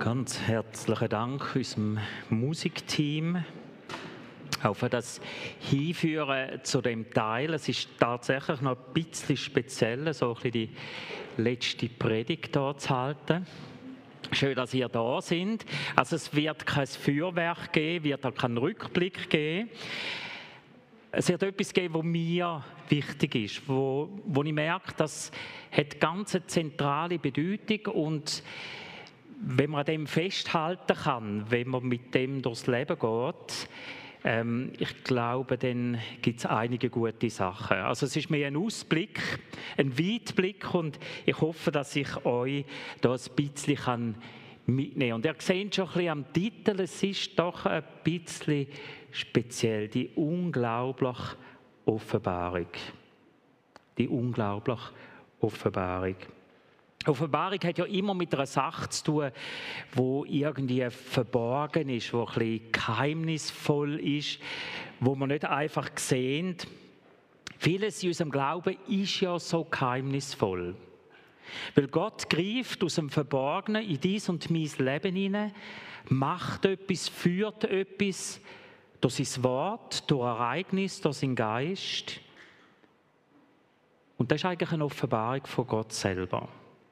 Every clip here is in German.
Ganz herzlichen Dank unserem Musikteam auch für das Hinführen zu dem Teil. Es ist tatsächlich noch ein bisschen speziell, so ein bisschen die letzte Predigt hier zu halten. Schön, dass ihr da seid. Also es wird kein Feuerwerk geben, wird auch keinen Rückblick geben. Es wird etwas geben, was mir wichtig ist, wo ich merke, das hat ganz eine zentrale Bedeutung und wenn man an dem festhalten kann, wenn man mit dem durchs Leben geht, ich glaube, dann gibt es einige gute Sachen. Also es ist mehr ein Ausblick, ein Weitblick und ich hoffe, dass ich euch da ein bisschen mitnehmen kann. Und ihr seht schon ein bisschen am Titel, es ist doch ein bisschen speziell, die unglaubliche Offenbarung. Die unglaubliche Offenbarung. Offenbarung hat ja immer mit einer Sache zu tun, die irgendwie verborgen ist, die ein bisschen geheimnisvoll ist, wo man nicht einfach sehen. Vieles in unserem Glauben ist ja so geheimnisvoll. Weil Gott greift aus dem Verborgenen in dies und mein Leben hinein, macht etwas, führt etwas durch sein Wort, durch Ereignis, durch seinen Geist. Und das ist eigentlich eine Offenbarung von Gott selber.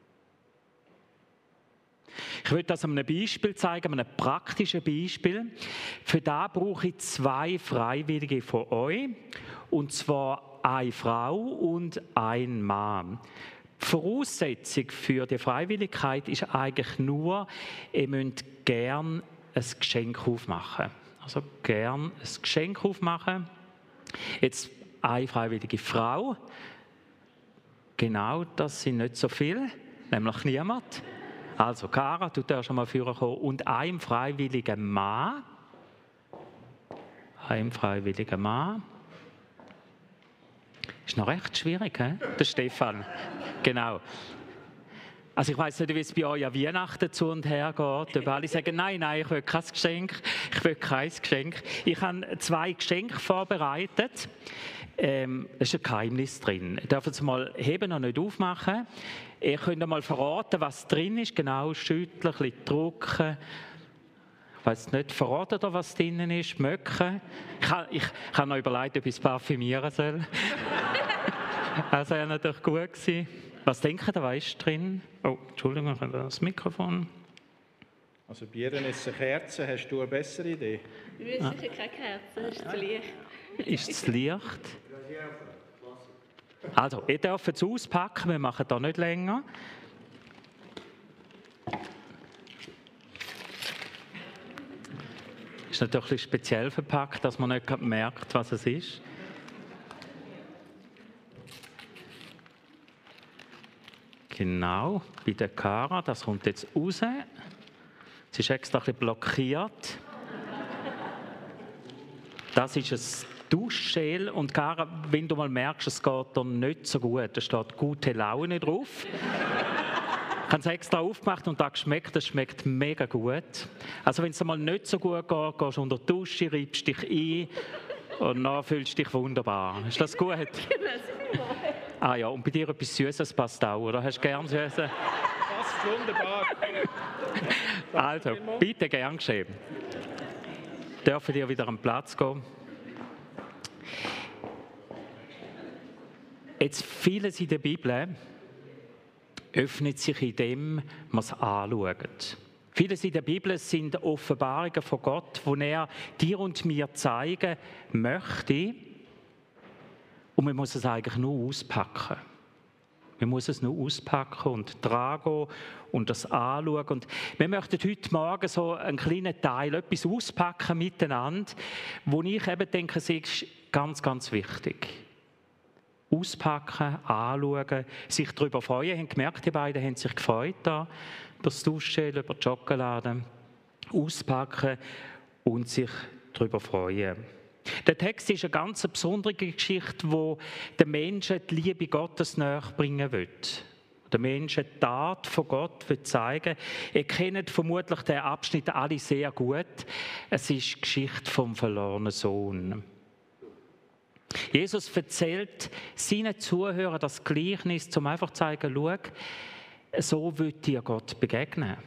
Ich will das an einem Beispiel zeigen, an einem praktischen Beispiel. Für das brauche ich 2 Freiwillige von euch, und zwar eine Frau und ein Mann. Die Voraussetzung für die Freiwilligkeit ist eigentlich nur, ihr müsst gerne ein Geschenk aufmachen. Also gerne ein Geschenk aufmachen. Jetzt eine freiwillige Frau. Genau, das sind nicht so viele, nämlich niemand. Also, Cara, du darfst schon mal vorkommen. Und ein freiwilliger Mann. Ein freiwilliger Mann. Ist noch recht schwierig, he? Der Stefan. Genau. Also ich weiss nicht, wie es bei euch an Weihnachten zu und her geht. Ob alle sagen, nein, ich will kein Geschenk. Ich will kein Geschenk. Ich habe 2 Geschenke vorbereitet. Es ist ein Geheimnis drin. Ihr dürft es mal heben und nicht aufmachen. Ihr könnt mal verraten, was drin ist. Genau, schütteln, ein bisschen drücken. Ich weiss nicht, verraten ihr, was drinnen ist? Schmecken. Ich habe noch überlegt, ob ich es parfümieren soll. Also wäre natürlich gut gewesen. Was denkt ihr, was ist drin? Oh, Entschuldigung, ich habe das Mikrofon. Also Bieren ist eine Kerze. Hast du eine bessere Idee? Wir müssen sicher keine Kerze, das ist zu Licht. Ist es Licht? Also, ihr dürft es auspacken, wir machen da nicht länger. Ist natürlich ein bisschen speziell verpackt, dass man nicht merkt, was es ist. Genau, bei der Cara, das kommt jetzt raus. Es ist extra ein bisschen blockiert. Das ist ein Duschgel. Und Cara, wenn du mal merkst, es geht dir nicht so gut, da steht gute Laune drauf. Ich habe es extra aufgemacht und das schmeckt mega gut. Also wenn es dir mal nicht so gut geht, gehst du unter die Dusche, reibst dich ein und dann fühlst du dich wunderbar. Ist das gut? Ah ja, und bei dir etwas Süßes passt auch, oder? Hast du gern Süßes? Passt wunderbar. Also, bitte gern geschehen. Dürfen wir wieder an den Platz gehen? Jetzt vieles in der Bibel öffnet sich in dem, was man anschaut. Vieles in der Bibel sind Offenbarungen von Gott, die er dir und mir zeigen möchte. Und man muss es eigentlich nur auspacken. Man muss es nur auspacken und tragen und das anschauen. Und wir möchten heute Morgen so einen kleinen Teil, etwas auspacken miteinander, wo ich eben denke, es ist ganz, ganz wichtig. Auspacken, anschauen, sich darüber freuen. Ihr habt gemerkt, die beiden haben sich gefreut, da, über das Duschgel, über die Schokolade. Auspacken und sich darüber freuen. Der Text ist eine ganz besondere Geschichte, die den Menschen die Liebe Gottes näherbringen will. Der Menschen die Tat von Gott will zeigen. Ihr kennt vermutlich den Abschnitt alle sehr gut. Es ist die Geschichte vom verlorenen Sohn. Jesus erzählt seinen Zuhörern das Gleichnis, um einfach zu zeigen, schau, so will dir Gott begegnen.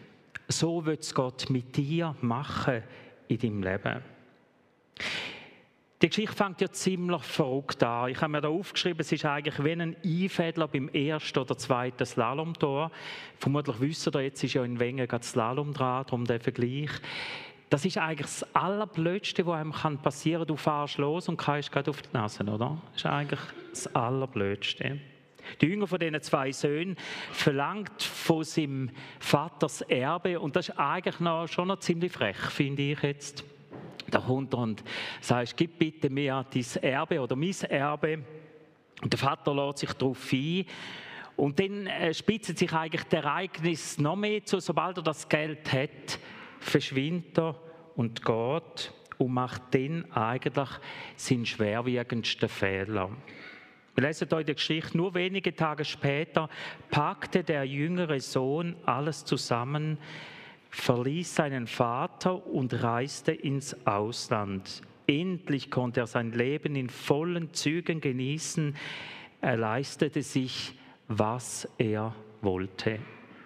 So will es Gott mit dir machen in deinem Leben. Die Geschichte fängt ja ziemlich verrückt an. Ich habe mir da aufgeschrieben, es ist eigentlich wie ein Einfädler beim ersten oder zweiten Slalomtor. Vermutlich wisst ihr, jetzt ist ja in Wengen gerade Slalom dran, darum der Vergleich. Das ist eigentlich das Allerblödste, was einem passieren kann. Du fährst los und kannst gerade auf die Nase, oder? Das ist eigentlich das Allerblödste. Der Jünger von diesen 2 Söhnen verlangt von seinem Vater das Erbe. Und das ist eigentlich schon noch ziemlich frech, finde ich jetzt. Da kommt er und sagt, gib bitte mir dein Erbe oder mein Erbe. Und der Vater lässt sich darauf ein. Und dann spitzt sich eigentlich das Ereignis noch mehr zu. Sobald er das Geld hat, verschwindet er und geht und macht dann eigentlich seinen schwerwiegendsten Fehler. Wir lesen hier in der Geschichte, nur wenige Tage später packte der jüngere Sohn alles zusammen, verließ seinen Vater und reiste ins Ausland. Endlich konnte er sein Leben in vollen Zügen genießen. Er leistete sich, was er wollte.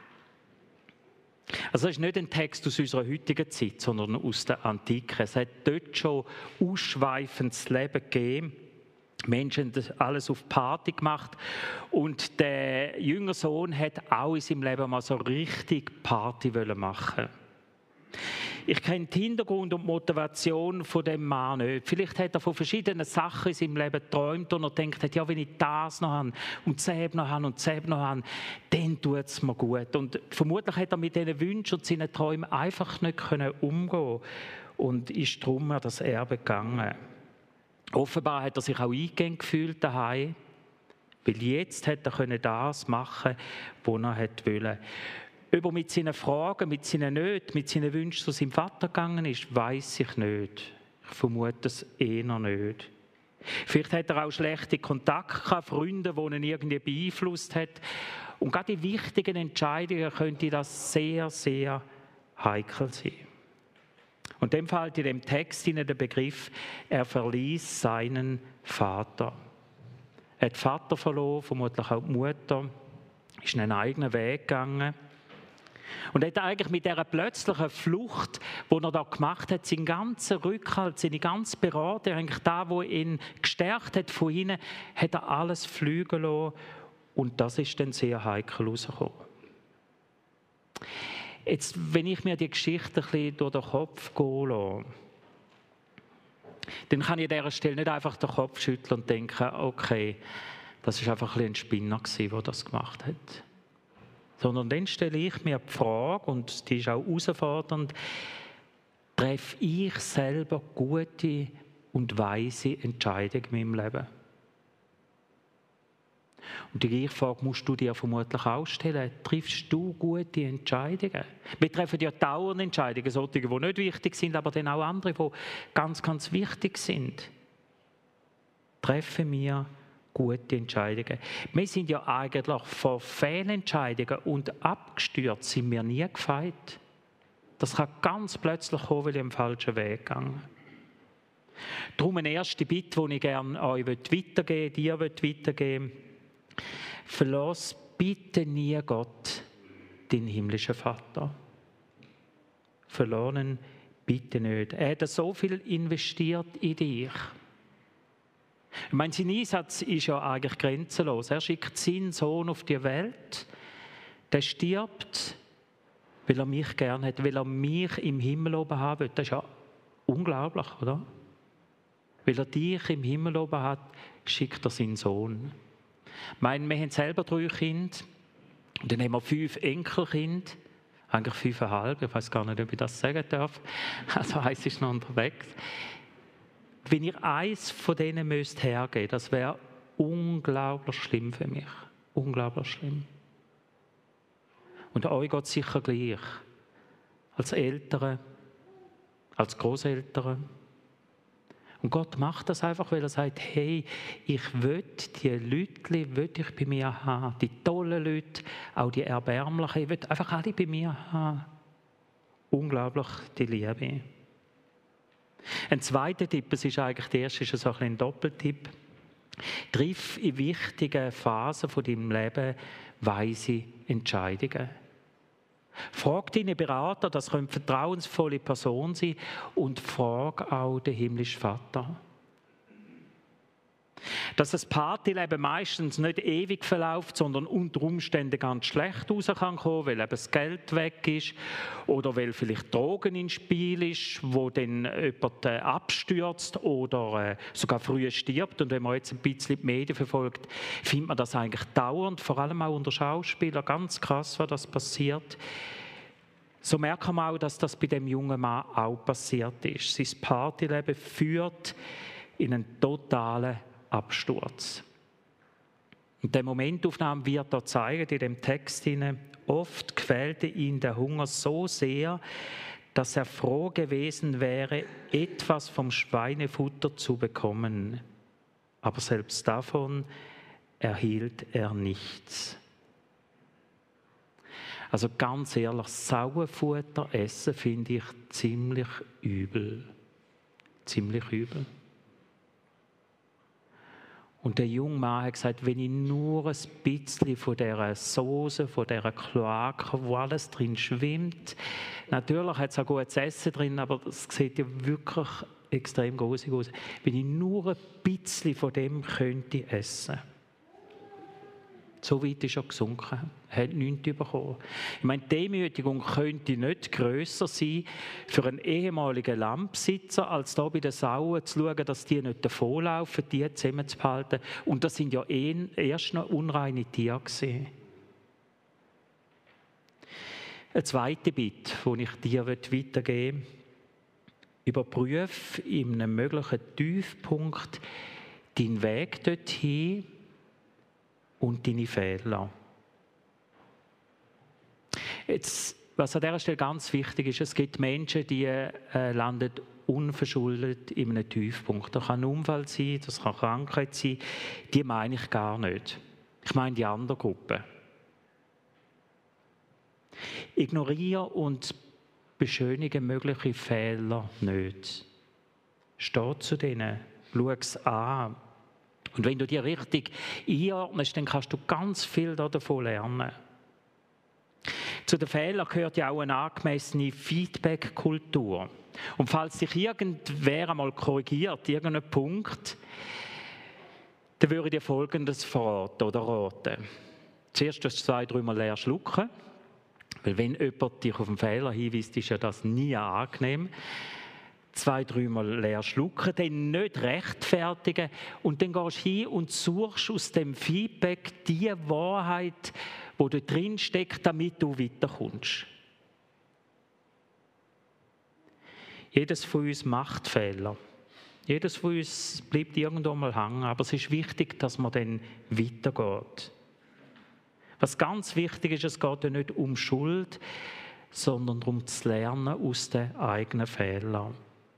Also das ist nicht ein Text aus unserer heutigen Zeit, sondern aus der Antike. Es hat dort schon ausschweifendes Leben gegeben. Menschen haben alles auf Party gemacht und der jüngere Sohn hat auch in seinem Leben mal so richtig Party machen. Ich kenne den Hintergrund und die Motivation von dem Mann nicht. Vielleicht hat er von verschiedenen Sachen in seinem Leben geträumt und er denkt, ja, wenn ich das noch habe und das noch habe und das noch habe, dann tut es mir gut. Und vermutlich hat er mit diesen Wünschen und seinen Träumen einfach nicht umgehen können und ist darum an das Erbe gegangen. Offenbar hat er sich auch eingegeben gefühlt daheim, weil jetzt hätte er das machen können, was er wollte. Ob er mit seinen Fragen, mit seinen Nöten, mit seinen Wünschen zu seinem Vater gegangen ist, weiss ich nicht. Ich vermute es eher nicht. Vielleicht hat er auch schlechte Kontakte gehabt, Freunde, die ihn irgendwie beeinflusst haben. Und gerade in wichtigen Entscheidungen könnte das sehr, sehr heikel sein. Und dem fällt in dem Text der Begriff, er verließ seinen Vater. Er hat den Vater verloren, vermutlich auch die Mutter, ist einen eigenen Weg gegangen. Und er hat eigentlich mit dieser plötzlichen Flucht, die er da gemacht hat, seinen ganzen Rückhalt, seine ganze Beratung, eigentlich da, wo ihn gestärkt hat von innen, hat er alles fliegen lassen. Und das ist dann sehr heikel rausgekommen. Jetzt, wenn ich mir die Geschichte ein bisschen durch den Kopf gehen lasse, dann kann ich an dieser Stelle nicht einfach den Kopf schütteln und denken, okay, das war einfach ein Spinner, der das gemacht hat. Sondern dann stelle ich mir die Frage, und die ist auch herausfordernd, treffe ich selber gute und weise Entscheidungen in meinem Leben? Und die gleiche Frage musst du dir vermutlich auch stellen. Triffst du gute Entscheidungen? Wir treffen ja dauernd Entscheidungen, solche, die nicht wichtig sind, aber dann auch andere, die ganz, ganz wichtig sind. Treffen wir gute Entscheidungen? Wir sind ja eigentlich vor Fehlentscheidungen und abgestürzt sind wir nie gefeit. Das kann ganz plötzlich kommen, weil ich am falschen Weg gegangen. Darum eine erste Bitte, die ich gerne euch weitergeben, dir weitergeben will. Verlass bitte nie Gott, deinen himmlischen Vater. Verlass ihn bitte nicht. Er hat so viel investiert in dich. Ich meine, sein Einsatz ist ja eigentlich grenzenlos. Er schickt seinen Sohn auf die Welt, der stirbt, weil er mich gerne hat, weil er mich im Himmel oben haben will. Das ist ja unglaublich, oder? Weil er dich im Himmel oben hat, schickt er seinen Sohn. Ich meine, wir haben selber 3 Kinder und dann haben wir 5 Enkelkinder, eigentlich 5,5, ich weiß gar nicht, ob ich das sagen darf, also eins ist noch unterwegs. Wenn ihr eins von denen müsst hergeben, das wäre unglaublich schlimm für mich, unglaublich schlimm. Und euch geht es sicher gleich, als Eltern, als Großeltern. Und Gott macht das einfach, weil er sagt, hey, ich will die Leute bei mir haben, die tollen Leute, auch die erbärmlichen, ich will einfach alle bei mir haben. Unglaublich, die Liebe. Ein zweiter Tipp, es ist eigentlich der erste, ist so ein Doppeltipp. Triff in wichtigen Phasen von deinem Leben weise Entscheidungen. Frag deine Berater, das können vertrauensvolle Personen sein, und frag auch den himmlischen Vater. Dass das Partyleben meistens nicht ewig verläuft, sondern unter Umständen ganz schlecht raus kann kommen, weil eben das Geld weg ist oder weil vielleicht Drogen ins Spiel ist, wo dann jemand abstürzt oder sogar früh stirbt. Und wenn man jetzt ein bisschen die Medien verfolgt, findet man das eigentlich dauernd, vor allem auch unter Schauspielern, ganz krass, was das passiert. So merken wir auch, dass das bei dem jungen Mann auch passiert ist. Sein Partyleben führt in einen totalen Absturz. Und der Momentaufnahme wird da zeigen, in dem Text hinein. Oft quälte ihn der Hunger so sehr, dass er froh gewesen wäre, etwas vom Schweinefutter zu bekommen. Aber selbst davon erhielt er nichts. Also ganz ehrlich, Sauerfutter essen finde ich ziemlich übel. Ziemlich übel. Und der junge Mann hat gesagt, wenn ich nur ein bisschen von dieser Soße, von dieser Kloake, wo alles drin schwimmt, natürlich hat es auch gutes Essen drin, aber es sieht ja wirklich extrem großig aus. Wenn ich nur ein bisschen von dem könnte essen. So weit ist er gesunken. Er hat nichts bekommen. Ich meine, die Demütigung könnte nicht grösser sein für einen ehemaligen Landbesitzer, als da bei den Sauen zu schauen, dass die nicht davonlaufen, die zusammenzuhalten. Und das sind ja erst noch unreine Tiere gewesen. Ein zweiter Bitte, den ich dir weitergeben möchte. Überprüfe in einem möglichen Tiefpunkt deinen Weg dorthin und deine Fehler. Jetzt, was an dieser Stelle ganz wichtig ist, es gibt Menschen, die landen unverschuldet in einem Tiefpunkt. Das kann ein Unfall sein, das kann Krankheit sein. Die meine ich gar nicht. Ich meine die andere Gruppe. Ignoriere und beschönige mögliche Fehler nicht. Steh zu denen, schau es an. Und wenn du die richtig einordnest, dann kannst du ganz viel davon lernen. Zu den Fehlern gehört ja auch eine angemessene Feedback-Kultur. Und falls sich irgendwer einmal korrigiert, irgendein Punkt, dann würde ich dir Folgendes verraten oder raten. Zuerst das 2-3 Mal leer schlucken, weil wenn jemand dich auf einen Fehler hinweist, ist ja das nie angenehm. 2-3 Mal leer schlucken, dann nicht rechtfertigen und dann gehst du hin und suchst aus dem Feedback die Wahrheit, die da drin steckt, damit du weiterkommst. Jedes von uns macht Fehler. Jedes von uns bleibt irgendwo mal hängen, aber es ist wichtig, dass man dann weitergeht. Was ganz wichtig ist, es geht ja nicht um Schuld, sondern darum zu lernen aus den eigenen Fehlern.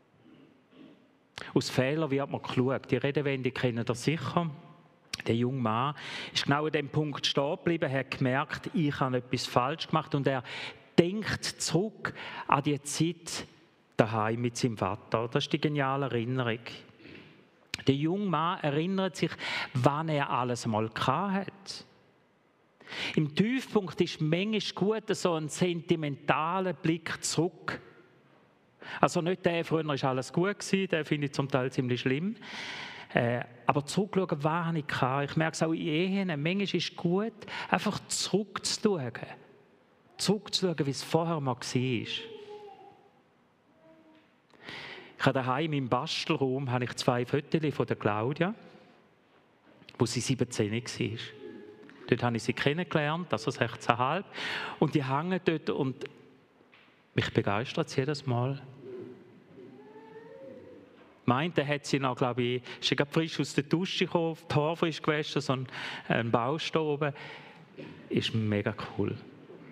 Aus Fehlern wird man geschaut. Die Redewendung kennen ihr sicher. Der junge Mann ist genau an dem Punkt stehen geblieben, hat gemerkt, ich habe etwas falsch gemacht und er denkt zurück an die Zeit daheim mit seinem Vater. Das ist die geniale Erinnerung. Der junge Mann erinnert sich, wann er alles mal hatte. Im Tiefpunkt ist manchmal gut, so einen sentimentalen Blick zurück. Also nicht der, früher war alles gut gewesen, den finde ich zum Teil ziemlich schlimm. Aber zurückschauen, was habe ich gehabt. Ich merke es auch in Ehen, manchmal ist es gut, einfach zurückzuschauen. Zurückzuschauen, wie es vorher mal war. Ich habe daheim im Bastelraum 2 Fotos von der Claudia, wo sie 17 war. Dort habe ich sie kennengelernt, also 16,5. Und die hängen dort und mich begeistert es jedes Mal. Meinte hat sie noch, glaube ich, ist sie gerade frisch aus der Dusche gekommen, die Haare frisch gewaschen, so ein Baustoff oben. Ist mega cool. Und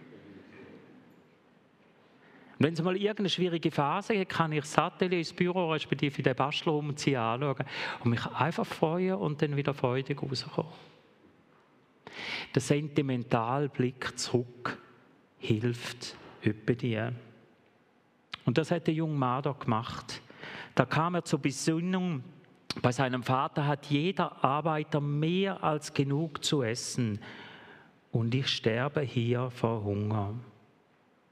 wenn es mal irgendeine schwierige Phase hat, kann ich das Atelier ins Büro, respektive in den Bastelraum und sie anschauen und mich einfach freuen und dann wieder freudig rauskommen. Der sentimentale Blick zurück hilft etwa dir. Und das hat der junge Mann da gemacht. Da kam er zur Besinnung, bei seinem Vater hat jeder Arbeiter mehr als genug zu essen und ich sterbe hier vor Hunger.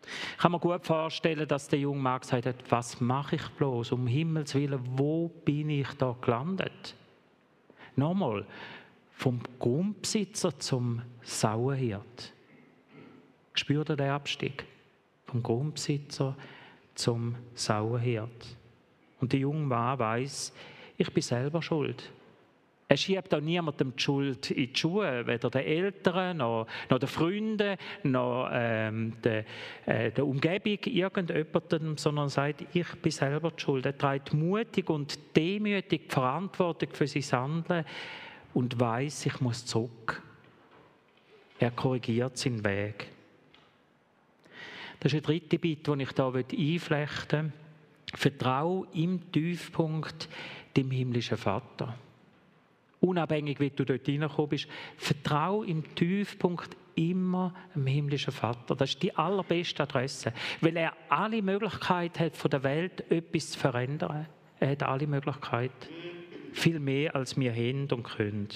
Ich kann mir gut vorstellen, dass der junge Mann gesagt hat, was mache ich bloß, um Himmels Willen, wo bin ich da gelandet? Nochmal, vom Grundbesitzer zum Sauenhirt. Spürt ihr den Abstieg? Vom Grundbesitzer zum Sauenhirt. Und der junge Mann weiss, ich bin selber schuld. Er schiebt auch niemandem die Schuld in die Schuhe, weder den Eltern, noch den Freunden, noch der Umgebung, irgendjemandem, sondern sagt, ich bin selber die Schuld. Er trägt mutig und demütig die Verantwortung für sein Handeln und weiss, ich muss zurück. Er korrigiert seinen Weg. Das ist der dritte Bitte, den ich hier einflechten will. Vertraue im Tiefpunkt dem himmlischen Vater. Unabhängig, wie du dort reingekommen bist, vertraue im Tiefpunkt immer dem himmlischen Vater. Das ist die allerbeste Adresse, weil er alle Möglichkeiten hat, von der Welt etwas zu verändern. Er hat alle Möglichkeiten. Viel mehr, als wir haben und können.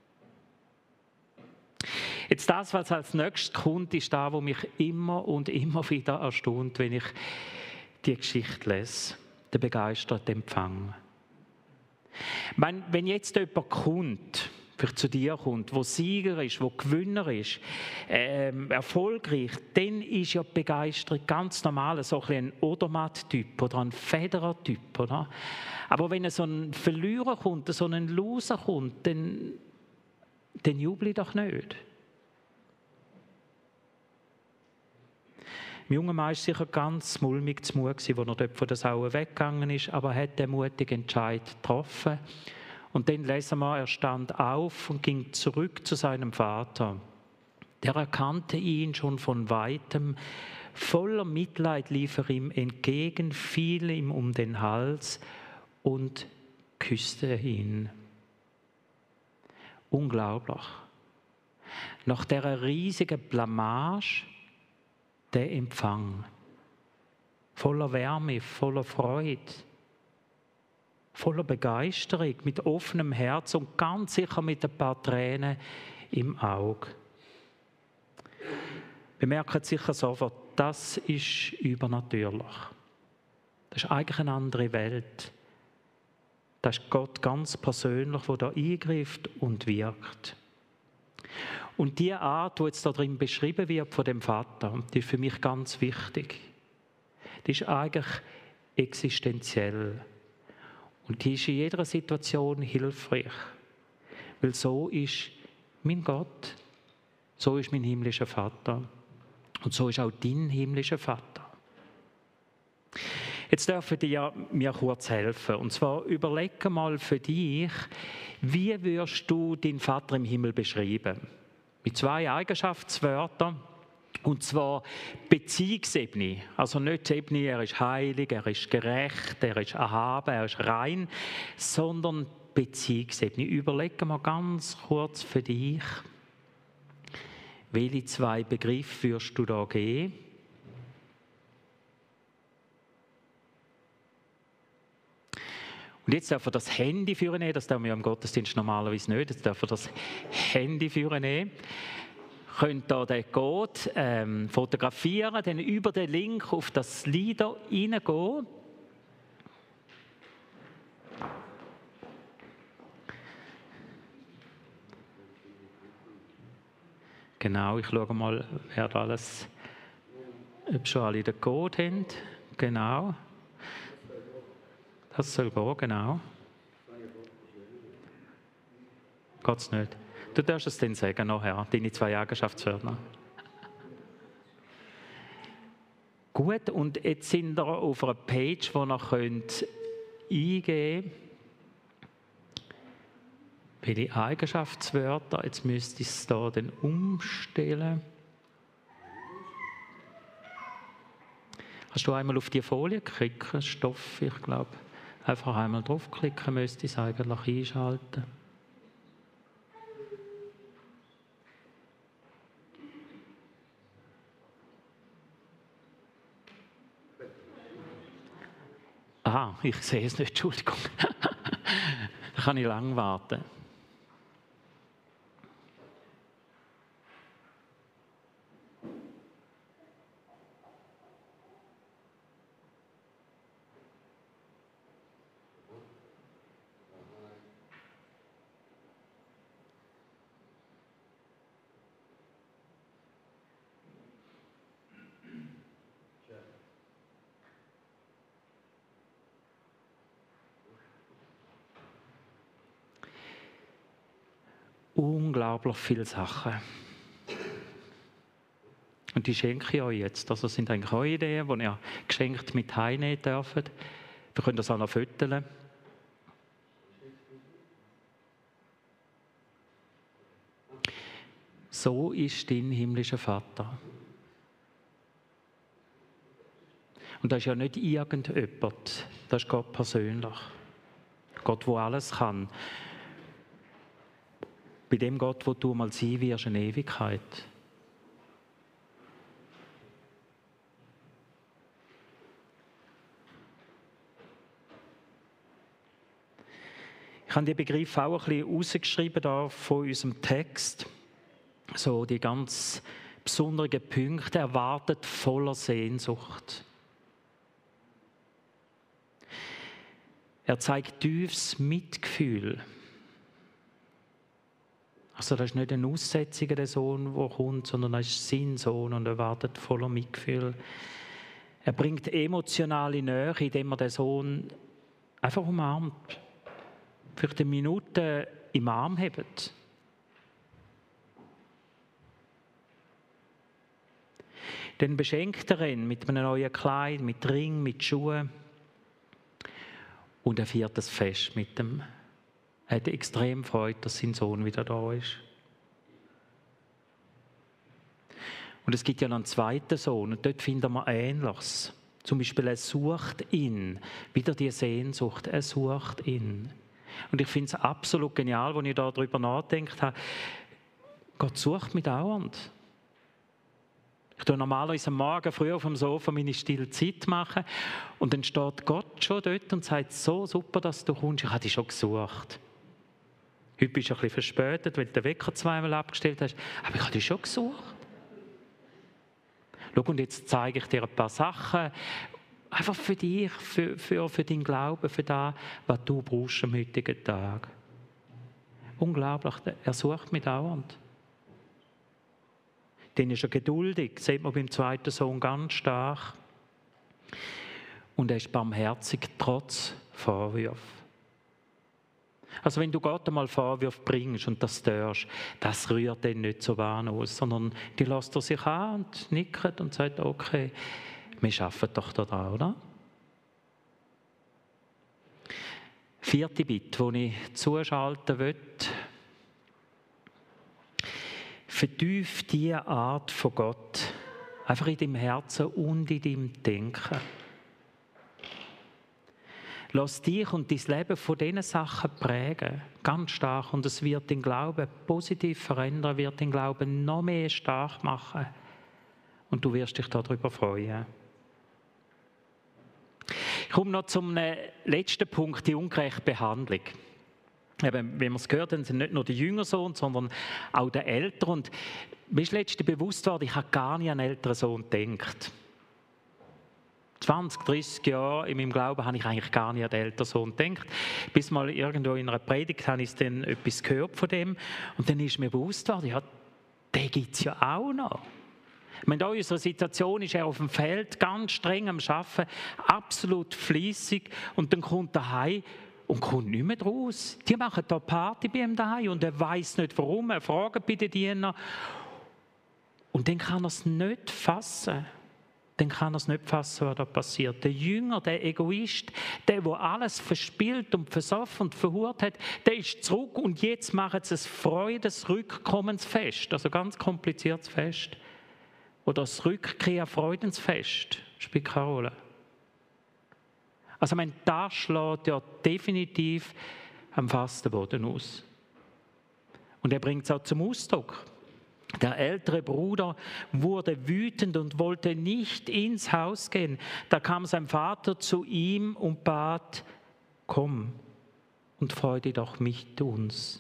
Jetzt das, was als nächstes kommt, ist das, was mich immer und immer wieder erstaunt, wenn ich die Geschichte lese. Der begeisterte Empfang. Wenn jetzt jemand kommt, vielleicht zu dir kommt, wo Sieger ist, wo Gewinner ist, erfolgreich, dann ist ja die Begeisterung ganz normal, so ein Odermatt-Typ oder ein Federer-Typ, oder? Aber wenn so ein Verlierer kommt, so ein Loser kommt, dann jubel ich doch nicht. Dem jungen Mann war sicher ganz mulmig zumute, als er dort von der Saue weggegangen ist, aber er hat den mutigen Entscheid getroffen. Und dann lesen wir, er stand auf und ging zurück zu seinem Vater. Der erkannte ihn schon von Weitem. Voller Mitleid lief er ihm entgegen, fiel ihm um den Hals und küsste ihn. Unglaublich. Nach dieser riesigen Blamage der Empfang. Voller Wärme, voller Freude, voller Begeisterung, mit offenem Herz und ganz sicher mit ein paar Tränen im Auge. Wir merken sicher sofort, das ist übernatürlich. Das ist eigentlich eine andere Welt. Das ist Gott ganz persönlich, der da eingreift und wirkt. Und die Art, die jetzt da drin beschrieben wird von dem Vater, die ist für mich ganz wichtig. Die ist eigentlich existenziell. Und die ist in jeder Situation hilfreich. Weil so ist mein Gott, so ist mein himmlischer Vater. Und so ist auch dein himmlischer Vater. Jetzt dürfen dir mir kurz helfen. Und zwar überlege mal für dich, wie würdest du deinen Vater im Himmel beschreiben? Mit 2 Eigenschaftswörtern. Und zwar Beziehungsebene. Also nicht die Ebene, er ist heilig, er ist gerecht, er ist erhaben, er ist rein, sondern Beziehungsebene. Überlege mal ganz kurz für dich, welche 2 Begriffe würdest du da geben? Und jetzt dürfen wir das Handy führen, das dürfen wir im Gottesdienst normalerweise nicht, jetzt dürfen wir das Handy führen. Könnt ihr den Code fotografieren, dann über den Link auf das Lieder reingehen. Genau, ich schaue mal, wer da alles, ob schon alle den Code haben. Genau. Das soll gehen, genau. Geht's nicht? Du darfst es dann sagen nachher, deine 2 Eigenschaftswörter. Gut, und jetzt sind wir auf einer Page, wo ihr könnt eingeben könnt, welche Eigenschaftswörter. Jetzt müsste ich es hier dann umstellen. Kannst du einmal auf die Folie klicken, Stoff, ich glaube. Einfach einmal draufklicken, müsste ich es eigentlich einschalten. Aha, ich sehe es nicht, Entschuldigung. Da kann ich lang warten. unglaublich viele Sachen. Und die schenke ich euch jetzt. Also das sind eigentlich eure Ideen, die ihr geschenkt mit heimnehmen dürft. Wir können das auch noch fütteln. So ist dein himmlischer Vater. Und das ist ja nicht irgendjemand, das ist Gott persönlich. Gott, der alles kann. Bei dem Gott, wo du mal sein wirst in Ewigkeit. Ich habe die Begriffe auch ein bisschen rausgeschrieben da von unserem Text. So die ganz besonderen Punkte, erwartet voller Sehnsucht. Er zeigt tiefes Mitgefühl. Also das ist nicht ein aussätziger Sohn, der kommt, sondern das ist sein Sohn und er wartet voller Mitgefühl. Er bringt emotionale Nähe, indem er den Sohn einfach umarmt. Vielleicht eine Minute im Arm hebt. Dann beschenkt er ihn mit einem neuen Kleid, mit Ring, mit Schuhen. Und er feiert das Fest mit dem. Er hat extrem Freude, dass sein Sohn wieder da ist. Und es gibt ja noch einen zweiten Sohn und dort finden wir Ähnliches. Zum Beispiel, er sucht ihn. Wieder die Sehnsucht, er sucht ihn. Und ich finde es absolut genial, als ich darüber nachgedacht habe. Gott sucht mich dauernd. Ich tue normalerweise am Morgen früh auf dem Sofa meine stille Zeit machen und dann steht Gott schon dort und sagt, so super, dass du kommst, ich habe dich schon gesucht. Heute bist du ein bisschen verspätet, weil du den Wecker zweimal abgestellt hast, aber ich habe dich schon gesucht. Schau, und jetzt zeige ich dir ein paar Sachen, einfach für dich, für deinen Glauben, für das, was du brauchst am heutigen Tag. Unglaublich, er sucht mich dauernd. Dann ist er geduldig, das sieht man beim zweiten Sohn ganz stark. Und er ist barmherzig, trotz Vorwürfen. Also wenn du Gott einmal Vorwürfe bringst und das störst, das rührt dann nicht so wahr aus, sondern die lässt er sich an und nickt und sagt, okay, wir arbeiten doch da, oder? 4. Bitte, wo ich zuschalten will. Vertief diese Art von Gott einfach in deinem Herzen und in deinem Denken. Lass dich und dein Leben von diesen Sachen prägen, ganz stark. Und es wird den Glauben positiv verändern, wird den Glauben noch mehr stark machen. Und du wirst dich darüber freuen. Ich komme noch zum letzten Punkt, die ungerechte Behandlung. Eben, wie wir es gehört haben, sind nicht nur die Jüngersohn, sondern auch der Ältere. Und mir ist letztens bewusst worden, ich habe gar nicht an einen älteren Sohn gedacht. 20, 30 Jahre in meinem Glauben habe ich eigentlich gar nicht an den älteren Sohn gedacht. Bis mal irgendwo in einer Predigt habe ich dann etwas gehört von dem. Und dann ist mir bewusst worden, ja, den gibt es ja auch noch. Ich meine, in unserer Situation ist er auf dem Feld ganz streng am Arbeiten, absolut fleissig. Und dann kommt er heim und kommt nicht mehr raus. Die machen da Party bei ihm daheim und er weiß nicht warum. Er fragt bei den Dienern. Und dann kann er es nicht fassen. Was da passiert. Der Jünger, der Egoist, der alles verspielt und versoffen und verhurt hat, der ist zurück und jetzt machen sie ein Freudesrückkommensfest. Also ganz kompliziertes Fest. Oder das Rückkehrfreudensfest. Spielt keine Rolle. Also ich meine, das schlägt ja definitiv am Fastenboden aus. Und er bringt es auch zum Ausdruck. Der ältere Bruder wurde wütend und wollte nicht ins Haus gehen. Da kam sein Vater zu ihm und bat, komm und freu dich doch mit uns.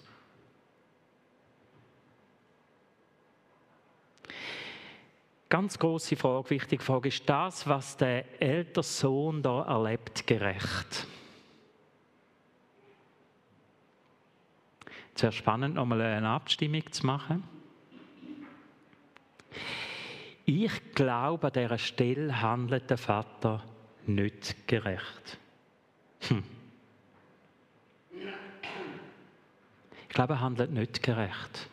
Ganz große Frage, wichtige Frage, ist das, was der ältere Sohn da erlebt, gerecht? Es wäre spannend, nochmal eine Abstimmung zu machen. Ich glaube, an dieser Stelle handelt der Vater nicht gerecht. Ich Glaube handelt nicht gerecht.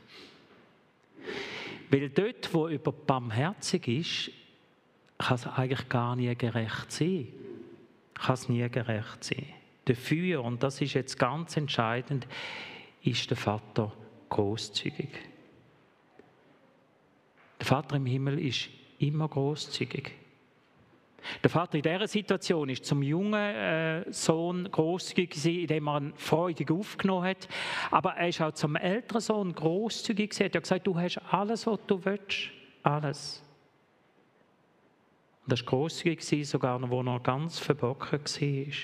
Weil dort, wo jemand barmherzig ist, kann es eigentlich gar nie gerecht sein. Kann es nie gerecht sein. Dafür, und das ist jetzt ganz entscheidend, ist der Vater großzügig. Der Vater im Himmel ist immer großzügig. Der Vater in dieser Situation ist zum jungen Sohn großzügig gewesen, indem er ihn freudig aufgenommen hat. Aber er ist auch zum älteren Sohn großzügig gewesen. Er hat gesagt, du hast alles, was du willst. Alles. Und das war großzügig gewesen, sogar noch, wo er ganz verbocken war.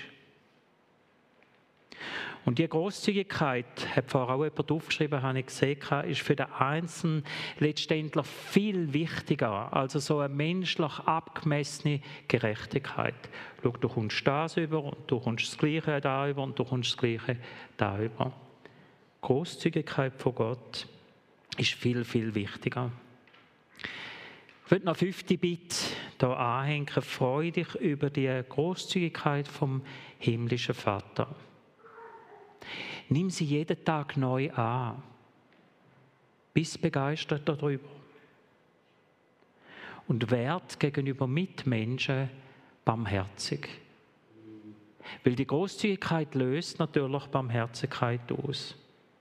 Und diese Großzügigkeit, hat vorher auch jemand aufgeschrieben, habe ich gesehen, ist für den Einzelnen letztendlich viel wichtiger als so eine menschlich abgemessene Gerechtigkeit. Schau, du kommst das über und du kommst das Gleiche da über und du kommst das Gleiche da über. Großzügigkeit von Gott ist viel, viel wichtiger. Ich will noch 5. Bitte hier anhängen. Freu dich über die Großzügigkeit vom himmlischen Vater. Nimm sie jeden Tag neu an. Bist begeistert darüber. Und werd gegenüber Mitmenschen barmherzig. Weil die Großzügigkeit löst natürlich Barmherzigkeit aus.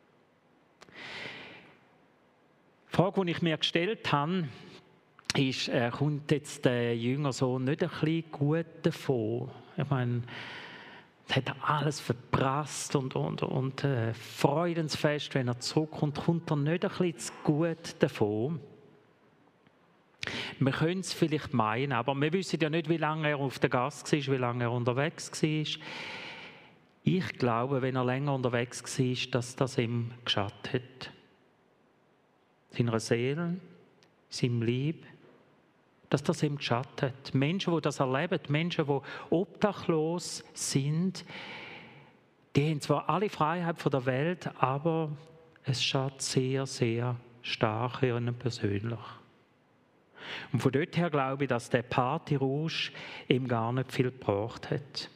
Die Frage, die ich mir gestellt habe, ist, kommt jetzt der jüngere Sohn nicht ein bisschen gut davon? Ich meine, es hat alles verprasst und Freudensfest, wenn er zurückkommt, kommt er nicht ein bisschen zu gut davon. Wir können es vielleicht meinen, aber wir wissen ja nicht, wie lange er auf der Gasse war, wie lange er unterwegs war. Ich glaube, wenn er länger unterwegs war, dass das ihm geschadet hat. Seiner Seele, seinem Leib, dass das ihm geschadet hat. Menschen, die das erleben, Menschen, die obdachlos sind, die haben zwar alle Freiheit von der Welt, aber es schadet sehr, sehr stark ihnen persönlich. Und von dort her glaube ich, dass der Partyrausch ihm gar nicht viel gebracht hat.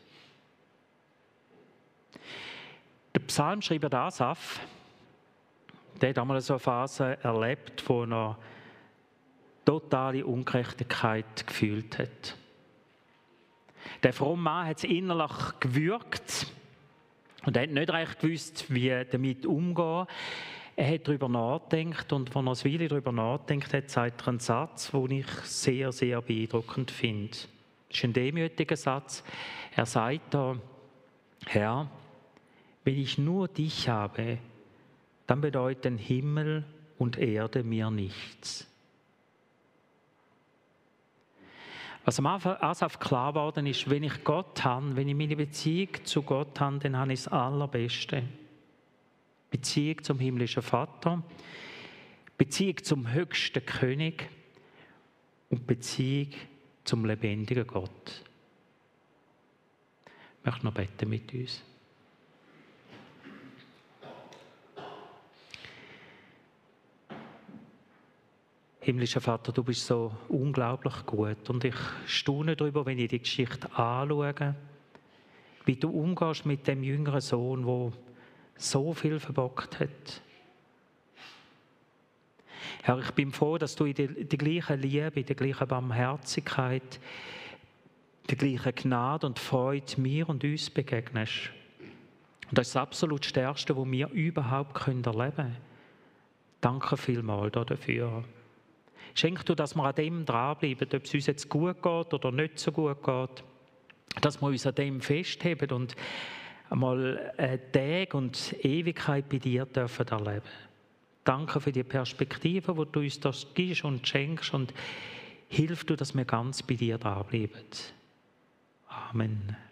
Der Psalmschreiber Asaf, der hat einmal so eine Phase erlebt, wo er totale Ungerechtigkeit gefühlt hat. Der fromme Mann hat es innerlich gewürgt und er hat nicht recht gewusst, wie damit umgehen. Er hat darüber nachgedacht und wenn er eine Weile darüber nachdenkt hat, sagt er einen Satz, den ich sehr, sehr beeindruckend finde. Das ist ein demütiger Satz. Er sagt da, Herr, wenn ich nur dich habe, dann bedeuten Himmel und Erde mir nichts. Was am Asaf klar geworden ist, wenn ich Gott habe, wenn ich meine Beziehung zu Gott habe, dann habe ich das Allerbeste. Beziehung zum himmlischen Vater, Beziehung zum höchsten König und Beziehung zum lebendigen Gott. Ich möchte noch beten mit uns. Himmlischer Vater, du bist so unglaublich gut und ich staune darüber, wenn ich die Geschichte anschaue, wie du umgehst mit dem jüngeren Sohn, der so viel verbockt hat. Herr, ich bin froh, dass du in die gleiche Liebe, in der gleichen Barmherzigkeit, der gleichen Gnade und Freude mir und uns begegnest. Und das ist das absolut Stärkste, was wir überhaupt erleben können. Danke vielmals dafür. Schenk du, dass wir an dem dranbleiben, ob es uns jetzt gut geht oder nicht so gut geht, dass wir uns an dem festheben und einmal Tag und Ewigkeit bei dir dürfen erleben. Danke für die Perspektive, die du uns das gibst und schenkst und hilf du, dass wir ganz bei dir dranbleiben. Amen.